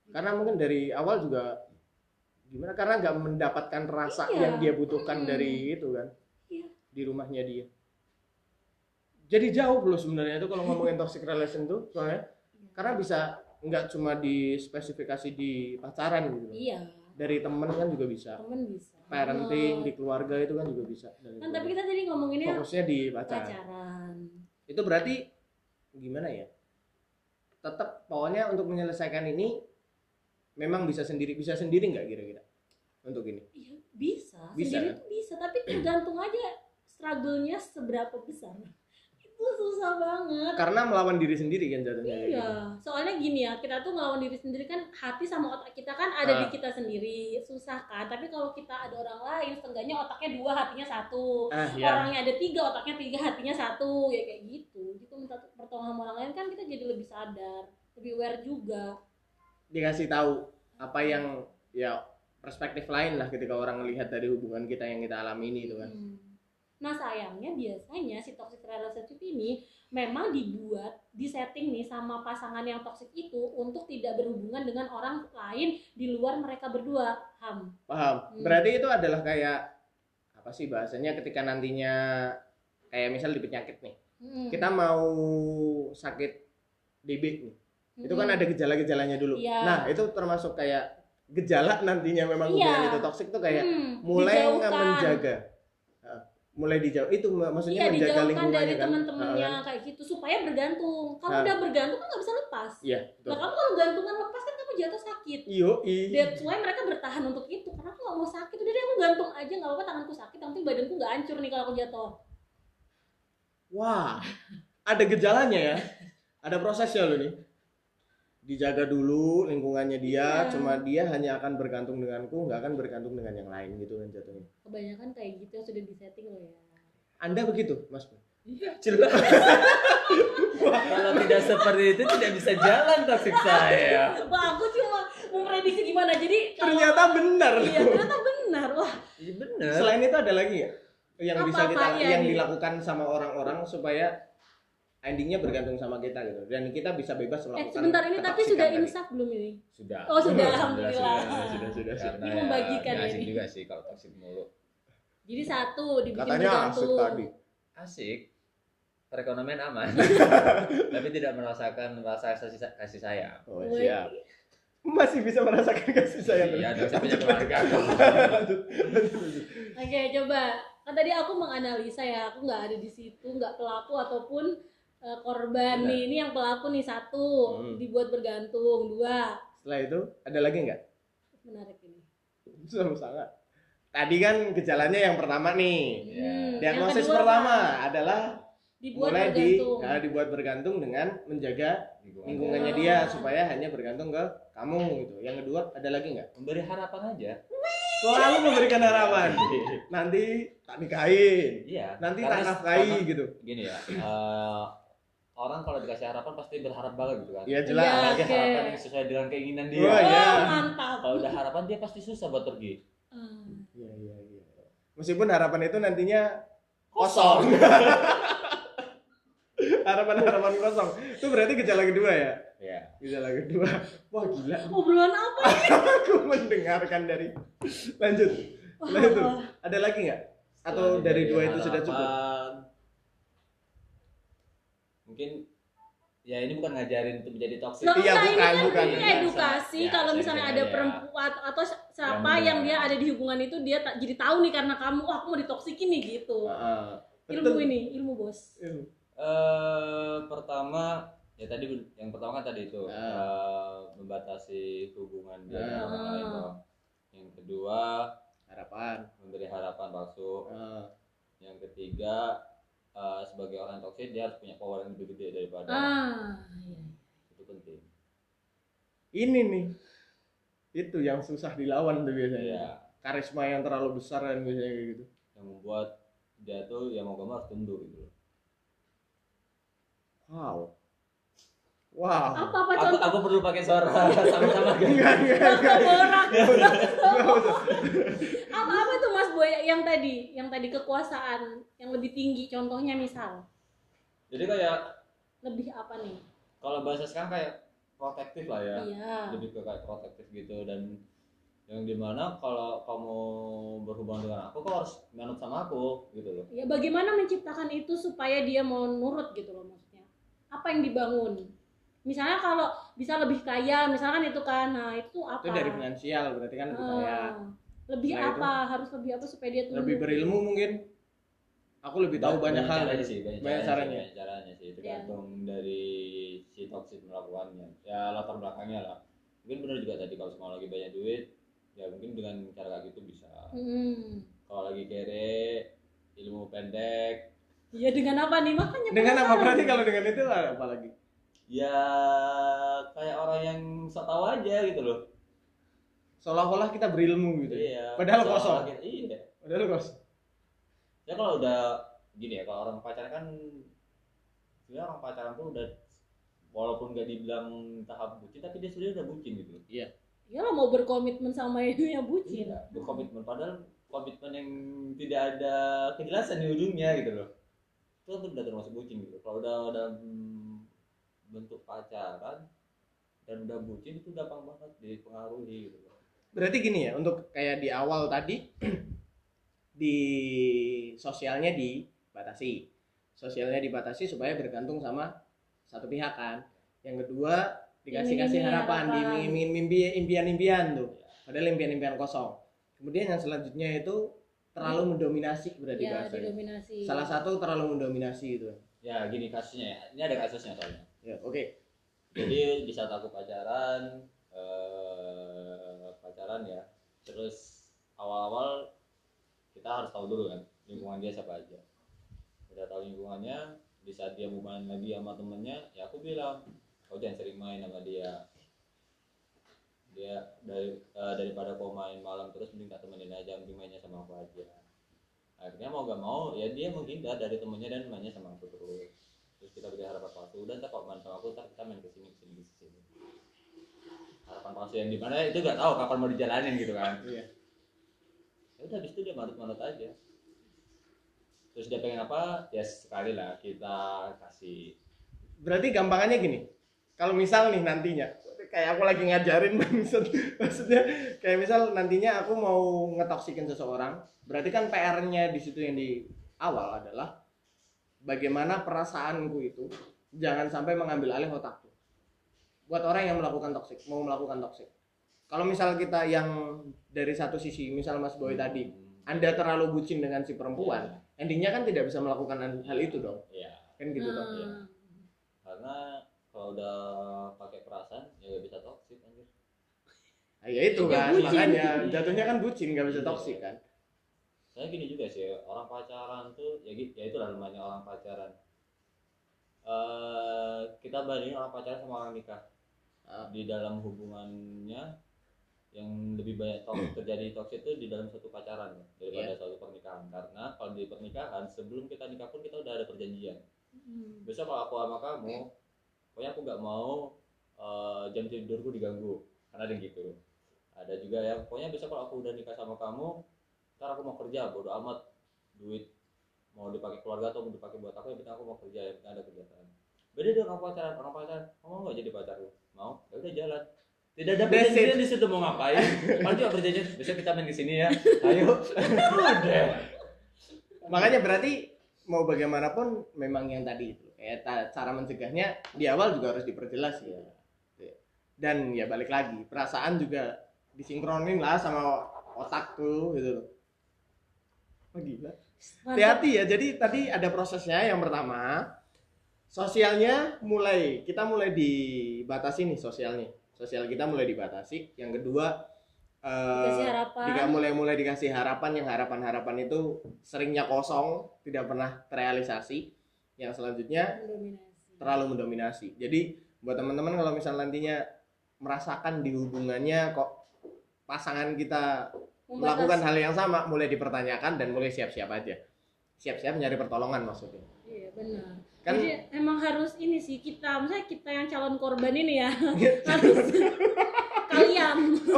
Karena mungkin dari awal juga gimana, karena nggak mendapatkan rasa Iya. yang dia butuhkan Mm-mm. dari itu kan, Iya. di rumahnya dia. Jadi jauh loh sebenarnya itu kalau ngomongin toxic relation tuh, soalnya karena bisa nggak cuma di spesifikasi di pacaran gitu, Iya, dari temen kan juga bisa, temen bisa. parenting Oh. di keluarga itu kan juga bisa. Dan Kan itu tapi kita tadi ngomonginnya fokusnya di pacaran. pacaran. Itu berarti gimana ya? Tetap pokoknya untuk menyelesaikan ini memang bisa sendiri, bisa sendiri nggak kira-kira untuk ini? Iya, bisa. Bisa, Sendiri kan? tuh bisa, tapi tergantung aja struggle-nya seberapa besar. Itu susah banget. Karena melawan diri sendiri kan jatuhnya. kayak gitu. Iya, soalnya gini ya, kita tuh ngelawan diri sendiri kan, hati sama otak kita kan ada Ah. di kita sendiri, susah kan. Tapi kalau kita ada orang lain, setengahnya otaknya dua, hatinya satu. Ah, ya. Orangnya ada tiga, otaknya tiga, hatinya satu, ya kayak gitu. Gitu minta pertolongan sama orang lain kan kita jadi lebih sadar, lebih aware juga. Dikasih tahu apa yang ya perspektif lain lah ketika orang melihat dari hubungan kita yang kita alami ini itu kan. Hmm. Nah sayangnya biasanya si toxic relationship ini memang dibuat, disetting nih sama pasangan yang toxic itu untuk tidak berhubungan dengan orang lain di luar mereka berdua. Ham. Paham? Hmm. Berarti itu adalah kayak apa sih bahasanya ketika nantinya kayak misal di penyakit nih. Hmm. Kita mau sakit D B nih. Itu kan ada gejala-gejalanya dulu. Iya. Nah, itu termasuk kayak gejala nantinya memang Iya. hubungan itu toksik tuh kayak Hmm, mulai dijauhkan. menjaga. Heeh. Mulai dijauh itu mak- maksudnya Iya, menjaga dijauhkan lingkungannya dari kan. teman-temannya Heeh. kayak gitu supaya bergantung. Kalau Nah. udah bergantung kan nggak bisa lepas. Iya, betul. Nah kamu kalau gantungan lepas kan kamu jatuh sakit. Iyo, That's why mereka bertahan untuk itu, karena aku nggak mau sakit. Udah deh aku gantung aja, nggak apa-apa tanganku sakit, yang penting badanku nggak hancur nih kalau aku jatuh. Wah, ada gejalanya ya. Ada prosesnya loh nih. Dijaga dulu lingkungannya dia, Iya. cuma dia hanya akan bergantung denganku, nggak akan bergantung dengan yang lain gitu kan jatuhnya. Kebanyakan kayak gitu yang sudah disetting loh ya. Anda begitu, Mas? Iya, jelas. Kalau tidak seperti itu tidak bisa jalan toksik saya. Wah aku cuma memprediksi gimana, jadi kalau- Ternyata benar. Iya ternyata benar. Wah Iya benar. Selain itu ada lagi ya yang Apa-apa bisa kita ya yang nih? dilakukan sama orang-orang supaya endingnya bergantung sama kita gitu, dan kita bisa bebas eh melakukan. sebentar ini tapi ketoksikan sudah tadi. insaf belum ini? Sudah. Oh, sudah, Sudah, alhamdulillah. sudah, Sudah, sudah. Karena Ini ya, membagikan nggak asik ini. juga sih kalau toksik mulu. Jadi satu dibikin Katanya asik bergantung. tadi. Asik. Perekonomian aman. Tapi tidak merasakan rasa kasih, kasih sayang. Oh, Woi. siap. Masih bisa merasakan kasih sayang. Iya, dan saya punya keluarga. Lanjut, lanjut, lanjut. Oke coba. Kan tadi aku menganalisa ya, aku nggak ada di situ, nggak pelaku ataupun eh, korban Benar. nih. Ini yang pelaku nih satu Hmm. dibuat bergantung, dua Setelah itu ada lagi nggak? menarik ini. Sama sangat. Tadi kan gejalanya yang pertama nih. Iya. Hmm, Diagnosis yang kedua pertama apa? adalah Dibuat mulai di bergantung. ya, dibuat bergantung dengan menjaga Lingkungan. lingkungannya Oh. dia supaya hanya bergantung ke kamu gitu. Yang kedua ada lagi nggak? Memberi harapan aja. Selalu memberikan harapan. Nanti tak nikahin, Iya. nanti Karena- tak nafkahi karena- gitu. Gini ya. eh, orang kalau dikasih harapan pasti berharap banget gitu kan. Ya Iya. jelas. Apalagi Oke. harapan yang sesuai dengan keinginan dia. Oh, iya. Oh, mantap. Kalau udah harapan dia pasti susah buat pergi. Hmm. Iya iya iya. Meskipun harapan itu nantinya kosong. Harapan-harapan kosong. Itu berarti gejala kedua ya? Iya. Gejala kedua. Wah gila. Obrolan apa ini? Aku mendengarkan dari. Lanjut. Setelah itu ada lagi nggak? Atau Selain dari dari dua itu sudah cukup? harapan, mungkin ya ini bukan ngajarin untuk menjadi toksik. Loh, Iya, enggak, bukan, ini kan bukan. ini edukasi Ya, kalau saya misalnya dengar ada ya. perempuan atau siapa Yang yang benar. dia ada di hubungan itu dia tak jadi tahu nih karena kamu, wah aku mau ditoksikin nih gitu. Heeh. Ilmu Betul. ini, ilmu bos. Ilmu. Eh, pertama ya tadi yang pertama kan tadi itu Ah. eh, membatasi hubungan dia dengan Ah. orang lain toh. Yang kedua Harapan. memberi harapan palsu. Heeh. Yang ketiga eh, sebagai orang toksik dia harus punya power yang lebih gede daripada Ah, iya. itu penting. Ini nih. Itu yang susah dilawan tuh biasanya. Iya. Karisma yang terlalu besar kan biasanya kayak gitu. Yang membuat dia tuh ya mau gak mau harus tunduk gitu loh. Wow. Wow. Apa apa Aku, contoh? aku perlu pakai suara sama-sama kan? Enggak, enggak, enggak. Borak. Enggak usah. Apa apa tuh Mas Boy yang tadi, yang tadi kekuasaan yang lebih tinggi contohnya misal Jadi kayak lebih apa nih? kalau bahasa sekarang kayak protektif lah ya. Iya. Lebih ke kayak protektif gitu, dan yang dimana kalau kamu berhubungan dengan aku, kau harus manut sama aku gitu loh. Ya bagaimana menciptakan itu supaya dia mau nurut gitu loh maksudnya. Apa yang dibangun? Misalnya kalau bisa lebih kaya, misalkan itu kan, nah itu apa? Itu dari finansial berarti kan lebih kaya. Ah, lebih Setelah apa? Harus lebih apa supaya dia tunduk? Lebih berilmu mungkin. Aku lebih tahu banyak hal. caranya sih, banyak, Banyak caranya, caranya. sih, banyak caranya sih, tergantung dari si toxic melakukannya. Ya latar belakangnya lah. Mungkin benar juga tadi kalau semua lagi banyak duit, ya mungkin dengan cara kayak gitu bisa. Hmm. Kalau lagi kere, ilmu pendek, Ya dengan apa nih? Makanya Dengan apa penasaran. berarti kalau dengan itu apa lagi? ya kayak orang yang sok tahu aja gitu loh. Seolah-olah kita berilmu gitu. Iya. Padahal Soalnya kosong. kita- iya. Padahal kosong. Ya kalau udah gini ya, kalau orang pacaran kan sebenarnya orang pacaran tuh udah, walaupun gak dibilang tahap bucin, tapi dia sebenarnya udah bucin gitu. Iya. Ya lah mau berkomitmen sama yang bucin. Iya, berkomitmen, padahal komitmen yang tidak ada kejelasan di ujungnya gitu loh. Itu kan udah termasuk bucin gitu. Kalau udah dalam bentuk pacaran dan udah bucin, itu gampang banget dipengaruhi gitu loh. Berarti gini ya, untuk kayak di awal tadi di sosialnya dibatasi. Sosialnya dibatasi supaya bergantung sama satu pihak kan. Yang kedua dikasih-kasih Iming-iming harapan, harapan. diiming-iming mimpi, impian-impian tuh. Padahal impian-impian kosong. Kemudian yang selanjutnya itu terlalu mendominasi berarti Ya bahasanya. didominasi. Salah satu terlalu mendominasi itu. Ya gini kasusnya ya, ini ada kasusnya soalnya. Ya, oke. Jadi di saat aku pacaran, eh, pacaran ya, terus awal-awal kita harus tahu dulu kan lingkungan dia siapa aja. Udah tahu lingkungannya, di saat dia mau main lagi sama temennya, ya aku bilang, kau jangan sering main sama dia. Dia dari eh, daripada kau main malam terus, mending tak temenin aja, mending mainnya sama aku aja. Akhirnya mau gak mau ya dia menghindar dari temennya dan mainnya sama aku terus. Terus kita beri harapan palsu, udah ntar kalau main sama aku ntar kita main kesini kesini kesini. Harapan palsu yang dimana itu gak tahu kapan mau dijalanin gitu kan. Iya. Ya udah habis itu dia manut-manut aja. Terus dia pengen apa? Ya sekali lah kita kasih. Berarti gampangannya gini. Kalau misal nih nantinya kayak aku lagi ngajarin maksud, maksudnya kayak misal nantinya aku mau ngetoksikin seseorang, berarti kan P R-nya di situ yang di awal adalah bagaimana perasaanku itu jangan sampai mengambil alih otakku. Buat orang yang melakukan toksik, mau melakukan toksik. Kalau misal kita yang dari satu sisi, misal Mas Boy tadi, Anda terlalu bucin dengan si perempuan, endingnya kan tidak bisa melakukan hal itu dong. Iya. Kan gitu dong. Hmm. Karena kalau udah pakai perasaan ya gak bisa toksik anjir. Nah, ya itu Ya, kan, bucin. makanya jatuhnya kan bucin, nggak bisa toksik kan. Saya gini juga sih, orang pacaran tuh ya gitu, ya itulah namanya orang pacaran. Eh kita bandingin orang pacaran sama orang nikah. Ah. Di dalam hubungannya yang lebih banyak toksik terjadi toksik itu di dalam suatu pacaran ya, daripada Iya. suatu pernikahan. Karena kalau di pernikahan sebelum kita nikah pun kita udah ada perjanjian. Hmm. Besok kalau aku sama kamu, pokoknya aku nggak mau eh, jam tidurku diganggu, karena ada gitu. Ada juga yang pokoknya besok kalau aku udah nikah sama kamu, ntar aku mau kerja, bodo amat duit mau dipakai keluarga atau mau dipakai buat aku, yang penting aku mau kerja, yang penting ada kerjaan. Beda dengan orang pacaran, orang pacaran, kamu nggak jadi pacarku, mau, ya udah jalan. Tidak ada That's perjanjian di situ mau ngapain, paling cuma perjanjian besok kita main di sini ya, ayo. Udah. Makanya berarti mau bagaimanapun memang yang tadi itu kayak ta- cara mencegahnya di awal juga harus diperjelas ya. Dan ya balik lagi perasaan juga disinkronin lah sama otak tuh gitu loh. Oh gila. Hati-hati ya. Jadi tadi ada prosesnya. Yang pertama sosialnya mulai kita mulai dibatasi nih sosialnya. Sosial kita mulai dibatasi. Yang kedua Dikasih eh, harapan. Jika mulai-mulai dikasih harapan, yang harapan-harapan itu seringnya kosong, tidak pernah terrealisasi. Yang selanjutnya Mendominasi. terlalu mendominasi. Jadi buat teman-teman kalau misal nantinya merasakan di hubungannya kok pasangan kita Membatasi. melakukan hal yang sama, mulai dipertanyakan dan mulai siap-siap aja. Siap-siap nyari pertolongan maksudnya. Iya benar. Kan- Jadi emang harus ini sih kita, misalnya kita yang calon korban ini ya harus kalian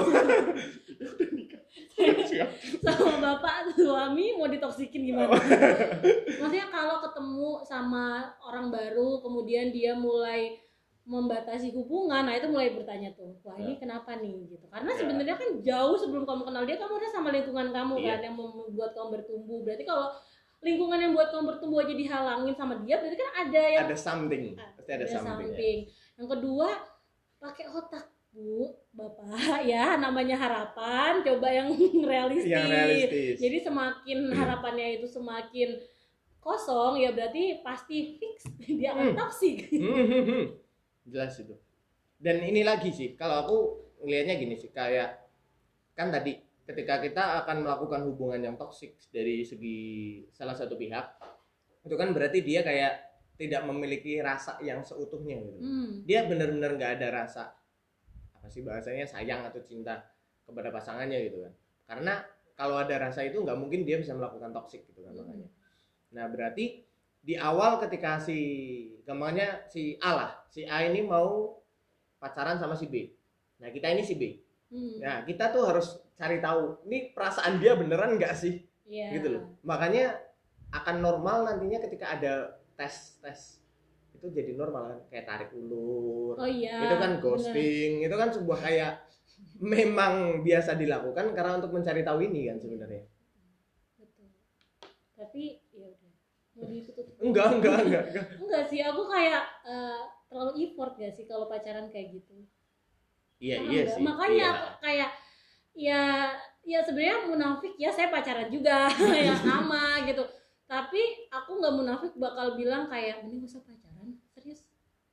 sama bapak suami mau ditoksikin gimana? Maksudnya kalau ketemu sama orang baru kemudian dia mulai membatasi hubungan, nah itu mulai bertanya tuh, wah ini Ya. kenapa nih gitu. Karena Ya. sebenarnya kan jauh sebelum kamu kenal dia, kamu udah sama lingkungan kamu Iya. kan yang membuat kamu bertumbuh. Berarti kalau lingkungan yang buat kamu bertumbuh aja dihalangin sama dia, berarti kan ada yang Ada something, pasti ada, something. Ya. Yang kedua, pakai otak Bu, Bapak ya, namanya harapan, coba yang realistis. Yang realistis. Jadi semakin harapannya itu semakin kosong, ya berarti pasti fix dia akan Hmm. toksik. Hmm, hmm, hmm. Jelas itu. Dan ini lagi sih, kalau aku ngelihatnya gini sih, kayak kan tadi ketika kita akan melakukan hubungan yang toksik dari segi salah satu pihak, itu kan berarti dia kayak tidak memiliki rasa yang seutuhnya gitu. Hmm. Dia benar-benar nggak ada rasa apa sih bahasanya, sayang atau cinta kepada pasangannya gitu kan. Karena kalau ada rasa itu nggak mungkin dia bisa melakukan toksik gitu kan Hmm. makanya. Nah berarti di awal ketika si gampangnya si A lah, si A ini mau pacaran sama si B. Nah kita ini si B. Hmm. Nah kita tuh harus cari tahu ini perasaan dia beneran nggak sih, Iya. gitu loh. Makanya akan normal nantinya ketika ada tes tes itu jadi normal kan, kayak tarik ulur. Oh iya. Itu kan ghosting, itu kan sebuah kayak memang biasa dilakukan karena untuk mencari tahu ini kan sebenarnya. Betul. Tapi ya udah. Mau ditutup. Enggak, enggak, enggak, enggak. Enggak sih, aku kayak eh, terlalu effort gak sih kalau pacaran kayak gitu. Iya, Paham iya nggak? sih. Makanya Iya. aku kayak ya ya sebenarnya munafik ya, saya pacaran juga ya sama gitu. Tapi aku nggak munafik bakal bilang kayak mending gak usah pacaran, serius.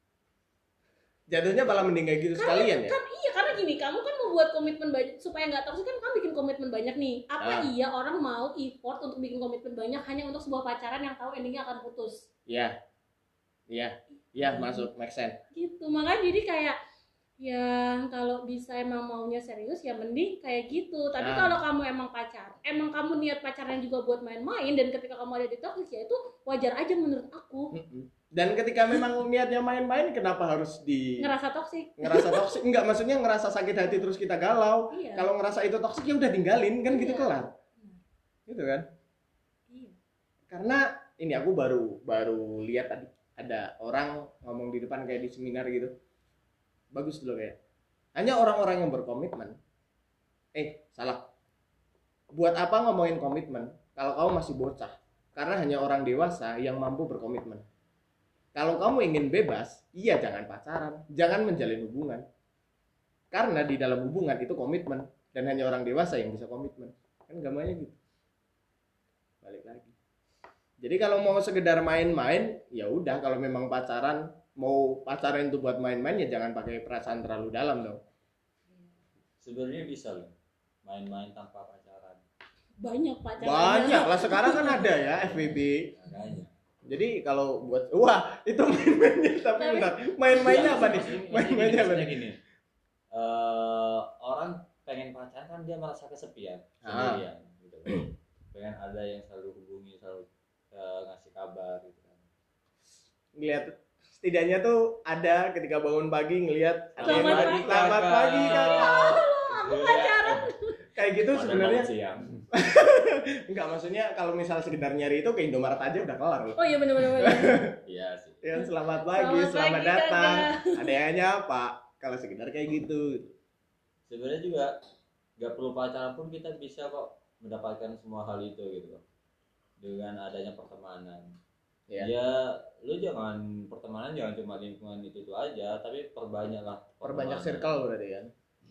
Jatuhnya malah mending kayak gitu sekalian ya. Kan iya, karena gini, kamu kan mau buat komitmen banyak supaya nggak toksik kan, kamu bikin komitmen banyak nih. Apa Ah. iya orang mau effort untuk bikin komitmen banyak hanya untuk sebuah pacaran yang tahu endingnya akan putus? Iya. Iya. Iya, masuk, make sense. Gitu. Makanya jadi kayak ya kalau bisa emang maunya serius ya mending kayak gitu. Tapi Ah. kalau kamu emang pacar, emang kamu niat pacaran juga buat main-main, dan ketika kamu ada di toxic ya itu wajar aja menurut aku. Mm-mm. Dan ketika memang niatnya main-main, kenapa harus di Ngerasa toxic. ngerasa toksik? Enggak, maksudnya ngerasa sakit hati terus kita galau. Iya. Kalau ngerasa itu toksik ya udah tinggalin kan, gitu Iya. kelar. Gitu kan? Iya. Karena ini aku baru baru lihat tadi ada orang ngomong di depan kayak di seminar gitu. Bagus loh kayak. Hanya orang-orang yang berkomitmen. Eh, salah. Buat apa ngomongin komitmen kalau kamu masih bocah? Karena hanya orang dewasa yang mampu berkomitmen. Kalau kamu ingin bebas, iya jangan pacaran, jangan menjalin hubungan. Karena di dalam hubungan itu komitmen, dan hanya orang dewasa yang bisa komitmen. Kan gampangnya gitu. Balik lagi. Jadi kalau mau sekedar main-main, ya udah. Kalau memang pacaran, mau pacaran itu buat main-main, ya jangan pakai perasaan terlalu dalam dong. Sebenarnya bisa loh main-main tanpa pacaran. Banyak pacaran. Banyak lah sekarang kan ada ya F W B. Makanya. Jadi kalau buat, wah itu main-mainnya, tapi Tapi- bentar, main-mainnya apa nih? Maksudnya- Main-mainnya apa maksudnya nih? gini. Eh, orang pengen pacaran kan dia merasa kesepian Ah. sendirian gitu. Pengen ada yang selalu hubungi, selalu eh, ngasih kabar gitu kan. Ngeliat setidaknya tuh ada ketika bangun pagi ngelihat ada yang Selamat lagi, pagi, selamat pagi kakak. Aku pacaran. Kayak gitu Padahal sebenarnya. banget siang. Enggak, maksudnya kalau misal sekedar nyari itu ke Indomaret aja udah kelar loh. Oh iya benar-benar. Iya sih. Ya, selamat pagi, Selamat selamat, pagi, datang. kakak. Ada yang nyapa. Kalau sekedar kayak gitu. Sebenarnya juga nggak perlu pacaran pun kita bisa kok mendapatkan semua hal itu gitu loh. Dengan adanya pertemanan. Ya. Ya, lu jangan pertemanan jangan cuma lingkungan itu itu aja, tapi perbanyaklah. Perbanyak pertemanan. circle berarti kan.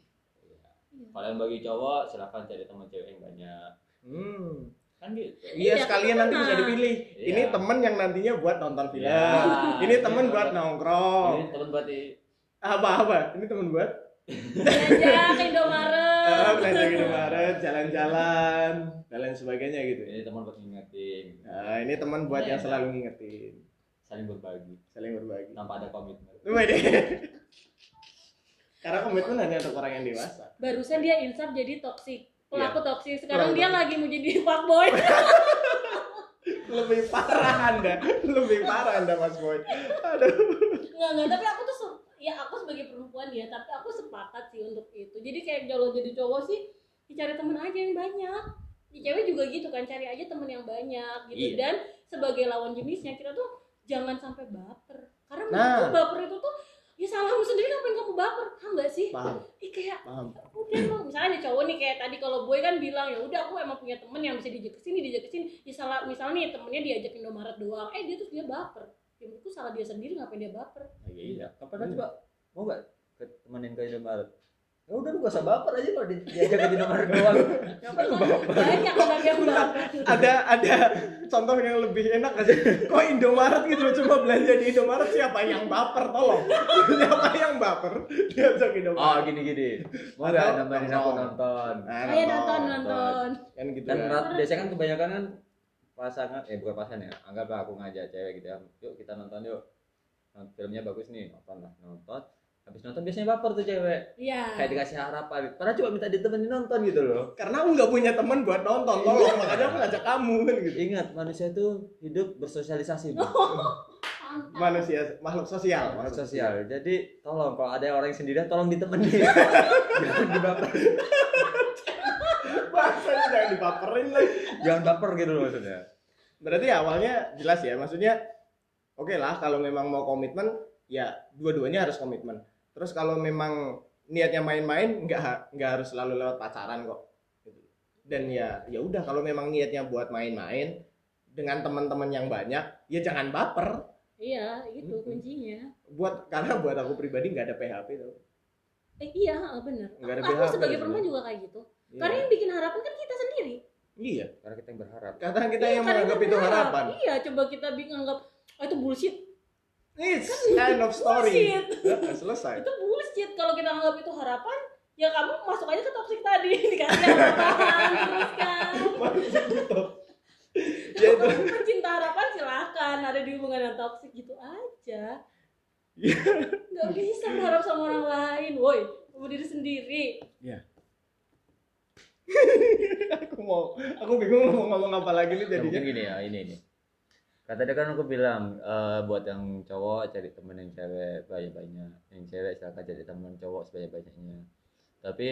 Kalian bagi cowok silahkan cari teman cewek yang banyak. Hmm. Kan gitu. Iya, Iya, sekalian kan nanti bisa pernah. dipilih. Iya. Ini temen yang nantinya buat nonton film. Ya, Ini temen iya, buat bener. nongkrong. Ini teman buat di Apa-apa? Ini temen buat Belanja ke eh, Indomaret. belanja gitu Maret, jalan-jalan, dan lain sebagainya gitu. ini teman buat ngingetin, Nah, ini teman buat Iya. yang selalu ngingetin, saling berbagi saling berbagi. tanpa ada komitmen. Coba deh. Karena komitmen hanya untuk orang yang dewasa. Barusan dia insaf jadi toksik. Pelaku toksik. Sekarang Pelaku dia toksik. lagi mau jadi fuckboy. Lebih parah Anda, lebih parah Anda Mas Boy. Aduh. Enggak, enggak, tapi aku tuh se- ya aku sebagai perempuan ya, tapi aku sepakat sih untuk itu. Jadi kayak kalau jadi cowok sih dicari temen aja yang banyak. Di cewek juga gitu kan, cari aja temen yang banyak gitu. Iya. Dan sebagai lawan jenisnya kita tuh jangan sampai baper. Karena Nah. menurutku baper itu tuh ya salahmu sendiri, ngapain kamu baper? Hah nggak sih? Paham. Ih kayak Paham. udah emang misalnya ada cowok nih kayak tadi kalau boy kan bilang ya udah aku emang punya temen yang bisa diajak ke sini diajak ke sini. Ya salah misalnya nih temennya diajak Indomaret doang, eh dia tuh dia baper. Ya menurutku salah dia sendiri, ngapain dia baper? Iya, kapan aja Pak? Mau nggak ke temenin ke Indomaret? Ya udah lu gak usah baper aja kalau di- diajak ke Indomaret doang. Ngapain lu baper? Banyak orang yang baper. Ada ada contoh yang lebih enak aja. Kok Indomaret gitu loh, cuma belanja di Indomaret, siapa yang baper tolong? Siapa yang baper? Diajak Indomaret. Oh gini-gini. Mau nggak Atau nemenin aku nonton. nonton? Nah, Ayo nonton nonton. Kan gitu Dan kan. rat- biasanya kan kebanyakan kan pasangan, eh bukan pasangan ya, anggaplah aku ngajak cewek gitu ya, yuk kita nonton yuk, Nont- filmnya bagus nih, nonton lah, nonton, habis nonton biasanya baper tuh cewek, Iya. kayak dikasih harapan, padahal cuma minta ditemenin nonton gitu loh. Karena aku nggak punya teman buat nonton, tolong, makanya aku ngajak kamu kan gitu. Ingat, manusia itu hidup bersosialisasi, Bu. Mantap. Manusia, makhluk sosial, Makhluk sosial. Jadi tolong kalau ada orang yang sendirian tolong ditemenin. Jangan dibaper, Bahasanya jangan dibaperin lagi. jangan baper gitu loh maksudnya. Berarti awalnya jelas ya, maksudnya oke lah kalau memang mau komitmen ya dua-duanya harus komitmen. Terus kalau memang niatnya main-main nggak ha- nggak harus selalu lewat pacaran kok. Gitu. Dan ya ya udah kalau memang niatnya buat main-main dengan teman-teman yang banyak, ya jangan baper. Iya, itu Mm-mm. kuncinya. Buat karena buat aku pribadi nggak ada P H P tuh. Eh iya, bener. Nggak ada Aku B H P sebagai sebenarnya. perempuan juga kayak gitu. Iya. Karena yang bikin harapan kan kita sendiri. Iya. Karena kita yang berharap. Karena kita Iya, yang karena menganggap kita itu berharap. harapan. Iya, coba kita bikin anggap oh, itu bullshit. It's kind of story. Bullshit. Nah, selesai. Itu bullshit. Kalau kita anggap itu harapan, ya kamu masuk aja ke toxic tadi. Dikasih harapan terus kan. Ya itu. Kalau kamu pencinta harapan silahkan ada di hubungan yang toxic gitu aja. Nggak bisa berharap sama orang lain, woi, sama diri sendiri. aku mau aku bingung mau ngomong apa lagi nih Ya, jadinya. mungkin gini ya, ini ini. Kata dia kan aku bilang eh, buat yang cowok cari temen yang cewek banyak-banyak, yang cewek silakan cari temen cowok sebanyak-banyaknya. Tapi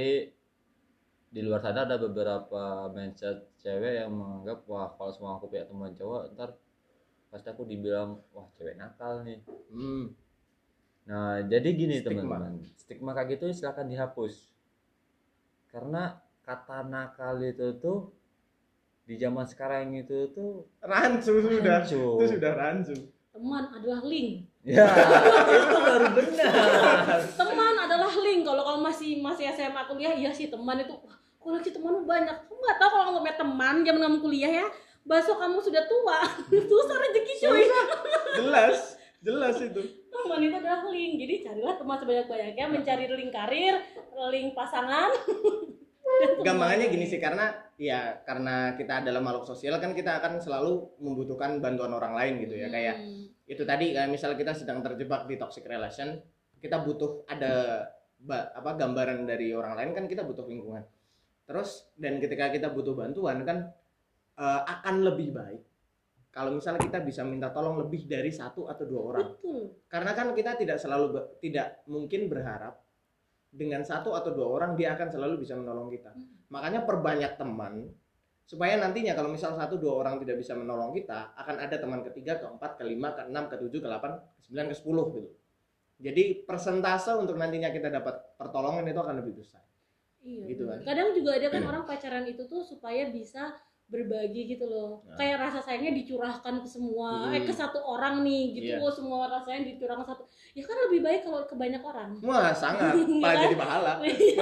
di luar sana ada beberapa mindset cewek yang menganggap wah kalau semua aku punya teman cowok ntar pasti aku dibilang wah cewek nakal nih. Hmm. Nah jadi gini Stigma. teman-teman, stigma kayak gitu silakan dihapus karena kata nakal itu tuh di zaman sekarang itu tuh Rancu sudah. Rancu. Itu sudah rancu. Teman adalah link. ya itu baru benar. Teman adalah link. Kalau kamu masih masih S M A kuliah, iya sih teman itu. Wah, koleksi temanmu banyak. Kamu nggak tahu kalau kamu punya teman zaman kamu kuliah ya, besok kamu sudah tua, susah rezeki cuy. Jelas, jelas itu. Teman itu adalah link. Jadi carilah teman sebanyak-banyaknya, mencari link karir, link pasangan. Gampangannya gini sih, karena ya karena kita adalah makhluk sosial kan kita akan selalu membutuhkan bantuan orang lain gitu ya. Kayak Hmm. itu tadi kayak misal kita sedang terjebak di toxic relation, kita butuh ada ba- apa gambaran dari orang lain kan, kita butuh lingkungan. Terus dan ketika kita butuh bantuan kan eh, akan lebih baik kalau misalnya kita bisa minta tolong lebih dari satu atau dua orang. Betul. Karena kan kita tidak selalu be- tidak mungkin berharap dengan satu atau dua orang dia akan selalu bisa menolong kita. Makanya perbanyak teman supaya nantinya kalau misal satu dua orang tidak bisa menolong kita, akan ada teman ketiga, keempat, kelima, keenam, ketujuh, kedelapan, kesembilan, kesepuluh gitu. Jadi persentase untuk nantinya kita dapat pertolongan itu akan lebih besar. Iya. Gitu benar. kan. Kadang juga ada kan orang pacaran itu tuh supaya bisa berbagi gitu loh. Nah. Kayak rasa sayangnya dicurahkan ke semua, Hmm. eh ke satu orang nih gitu. Iya. Semua rasanya dicurahkan satu. Ya kan lebih baik kalau ke banyak orang. Wah, sangat. Iya Malah kan? jadi pahala.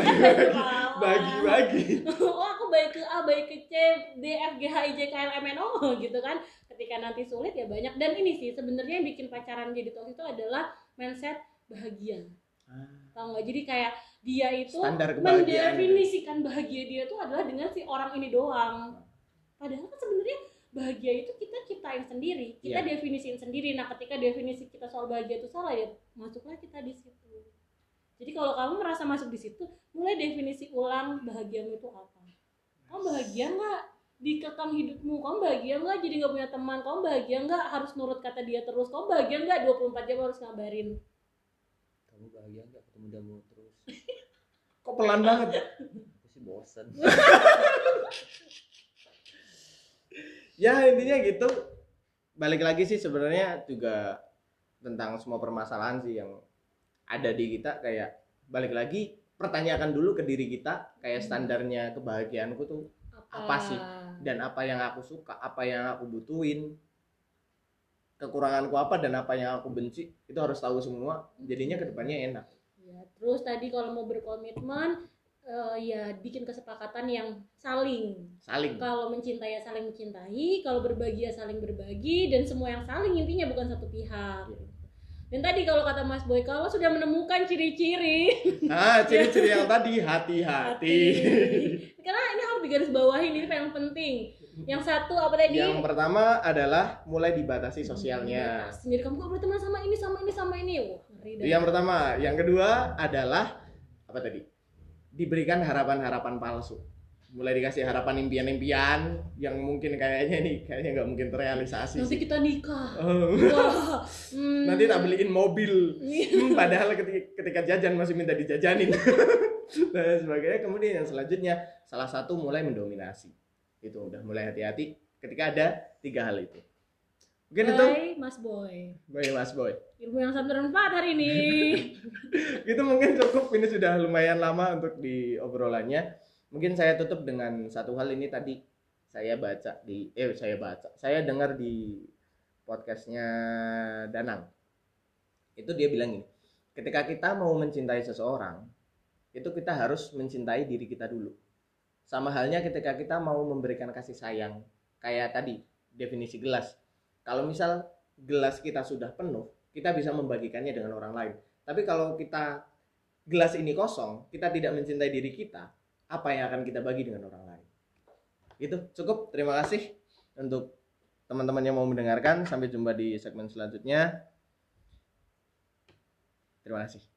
Bagi-bagi. Bagi-bagi. Oh aku baik ke A, baik ke C, D, F, G, H, I, J, K, L, M, N, O gitu kan. Ketika nanti sulit ya banyak. Dan ini sih sebenarnya yang bikin pacaran jadi toksik itu adalah mindset bahagia. Tahu nggak? Jadi kayak dia itu Standar kebahagiaan mendefinisikan bahagia dia itu adalah dengan si orang ini doang. Padahal kan sebenarnya bahagia itu kita ciptain sendiri, kita Iya. definisiin sendiri. Nah, ketika definisi kita soal bahagia itu salah ya, masuklah kita di situ. Jadi kalau kamu merasa masuk di situ, mulai definisi ulang bahagiamu itu apa. Kamu bahagia nggak dikekang hidupmu? Kamu bahagia nggak jadi nggak punya teman? Kamu bahagia nggak harus nurut kata dia terus? Kamu bahagia nggak dua puluh empat jam harus ngabarin? Kamu bahagia nggak ketemu kamu terus? Kok pelan banget? Aku sih bosan. Ya intinya gitu. Balik lagi sih sebenarnya juga tentang semua permasalahan sih yang ada di kita, kayak balik lagi pertanyakan dulu ke diri kita, kayak Hmm. standarnya kebahagiaanku tuh apa sih, dan apa yang aku suka, apa yang aku butuhin, kekuranganku apa dan apa yang aku benci, itu harus tahu semua, jadinya kedepannya enak. Ya, terus tadi kalau mau berkomitmen eh, ya bikin kesepakatan yang saling. Saling. Kalau mencintai ya saling mencintai, kalau berbagi ya saling berbagi, dan semua yang saling, intinya bukan satu pihak. Dan tadi kalau kata Mas Boy, kalau sudah menemukan ciri-ciri Ah, ciri-ciri yang tadi, hati-hati. karena ini harus digarisbawahi, ini yang penting. Yang satu apa tadi? Yang pertama adalah mulai dibatasi sosialnya. Sendiri kamu gak berteman sama ini, sama ini, sama ini. Wah, ngeri dah. Itu yang pertama. Yang kedua adalah apa tadi? Diberikan harapan-harapan palsu. Mulai dikasih harapan impian-impian yang mungkin kayaknya nih kayaknya nggak mungkin terrealisasi. Nanti sih. kita nikah. Oh. Wah. Hmm. Nanti tak beliin mobil. Hmm, padahal ketika, ketika jajan masih minta dijajanin. Dan sebagainya. Kemudian yang selanjutnya salah satu mulai mendominasi. Itu udah mulai hati-hati ketika ada tiga hal itu. Mungkin itu. Bye, Mas Boy. Bye Mas Boy. Ilmu yang sangat bermanfaat hari ini. Itu mungkin cukup, ini sudah lumayan lama untuk di obrolannya. Mungkin saya tutup dengan satu hal ini tadi saya baca di eh saya baca saya dengar di podcastnya Danang. Itu dia bilang gini, ketika kita mau mencintai seseorang itu kita harus mencintai diri kita dulu. Sama halnya ketika kita mau memberikan kasih sayang, kayak tadi definisi gelas, kalau misal gelas kita sudah penuh, kita bisa membagikannya dengan orang lain. Tapi kalau kita gelas ini kosong, kita tidak mencintai diri kita, apa yang akan kita bagi dengan orang lain? Itu cukup. Terima kasih untuk teman-teman yang mau mendengarkan. Sampai jumpa di segmen selanjutnya. Terima kasih.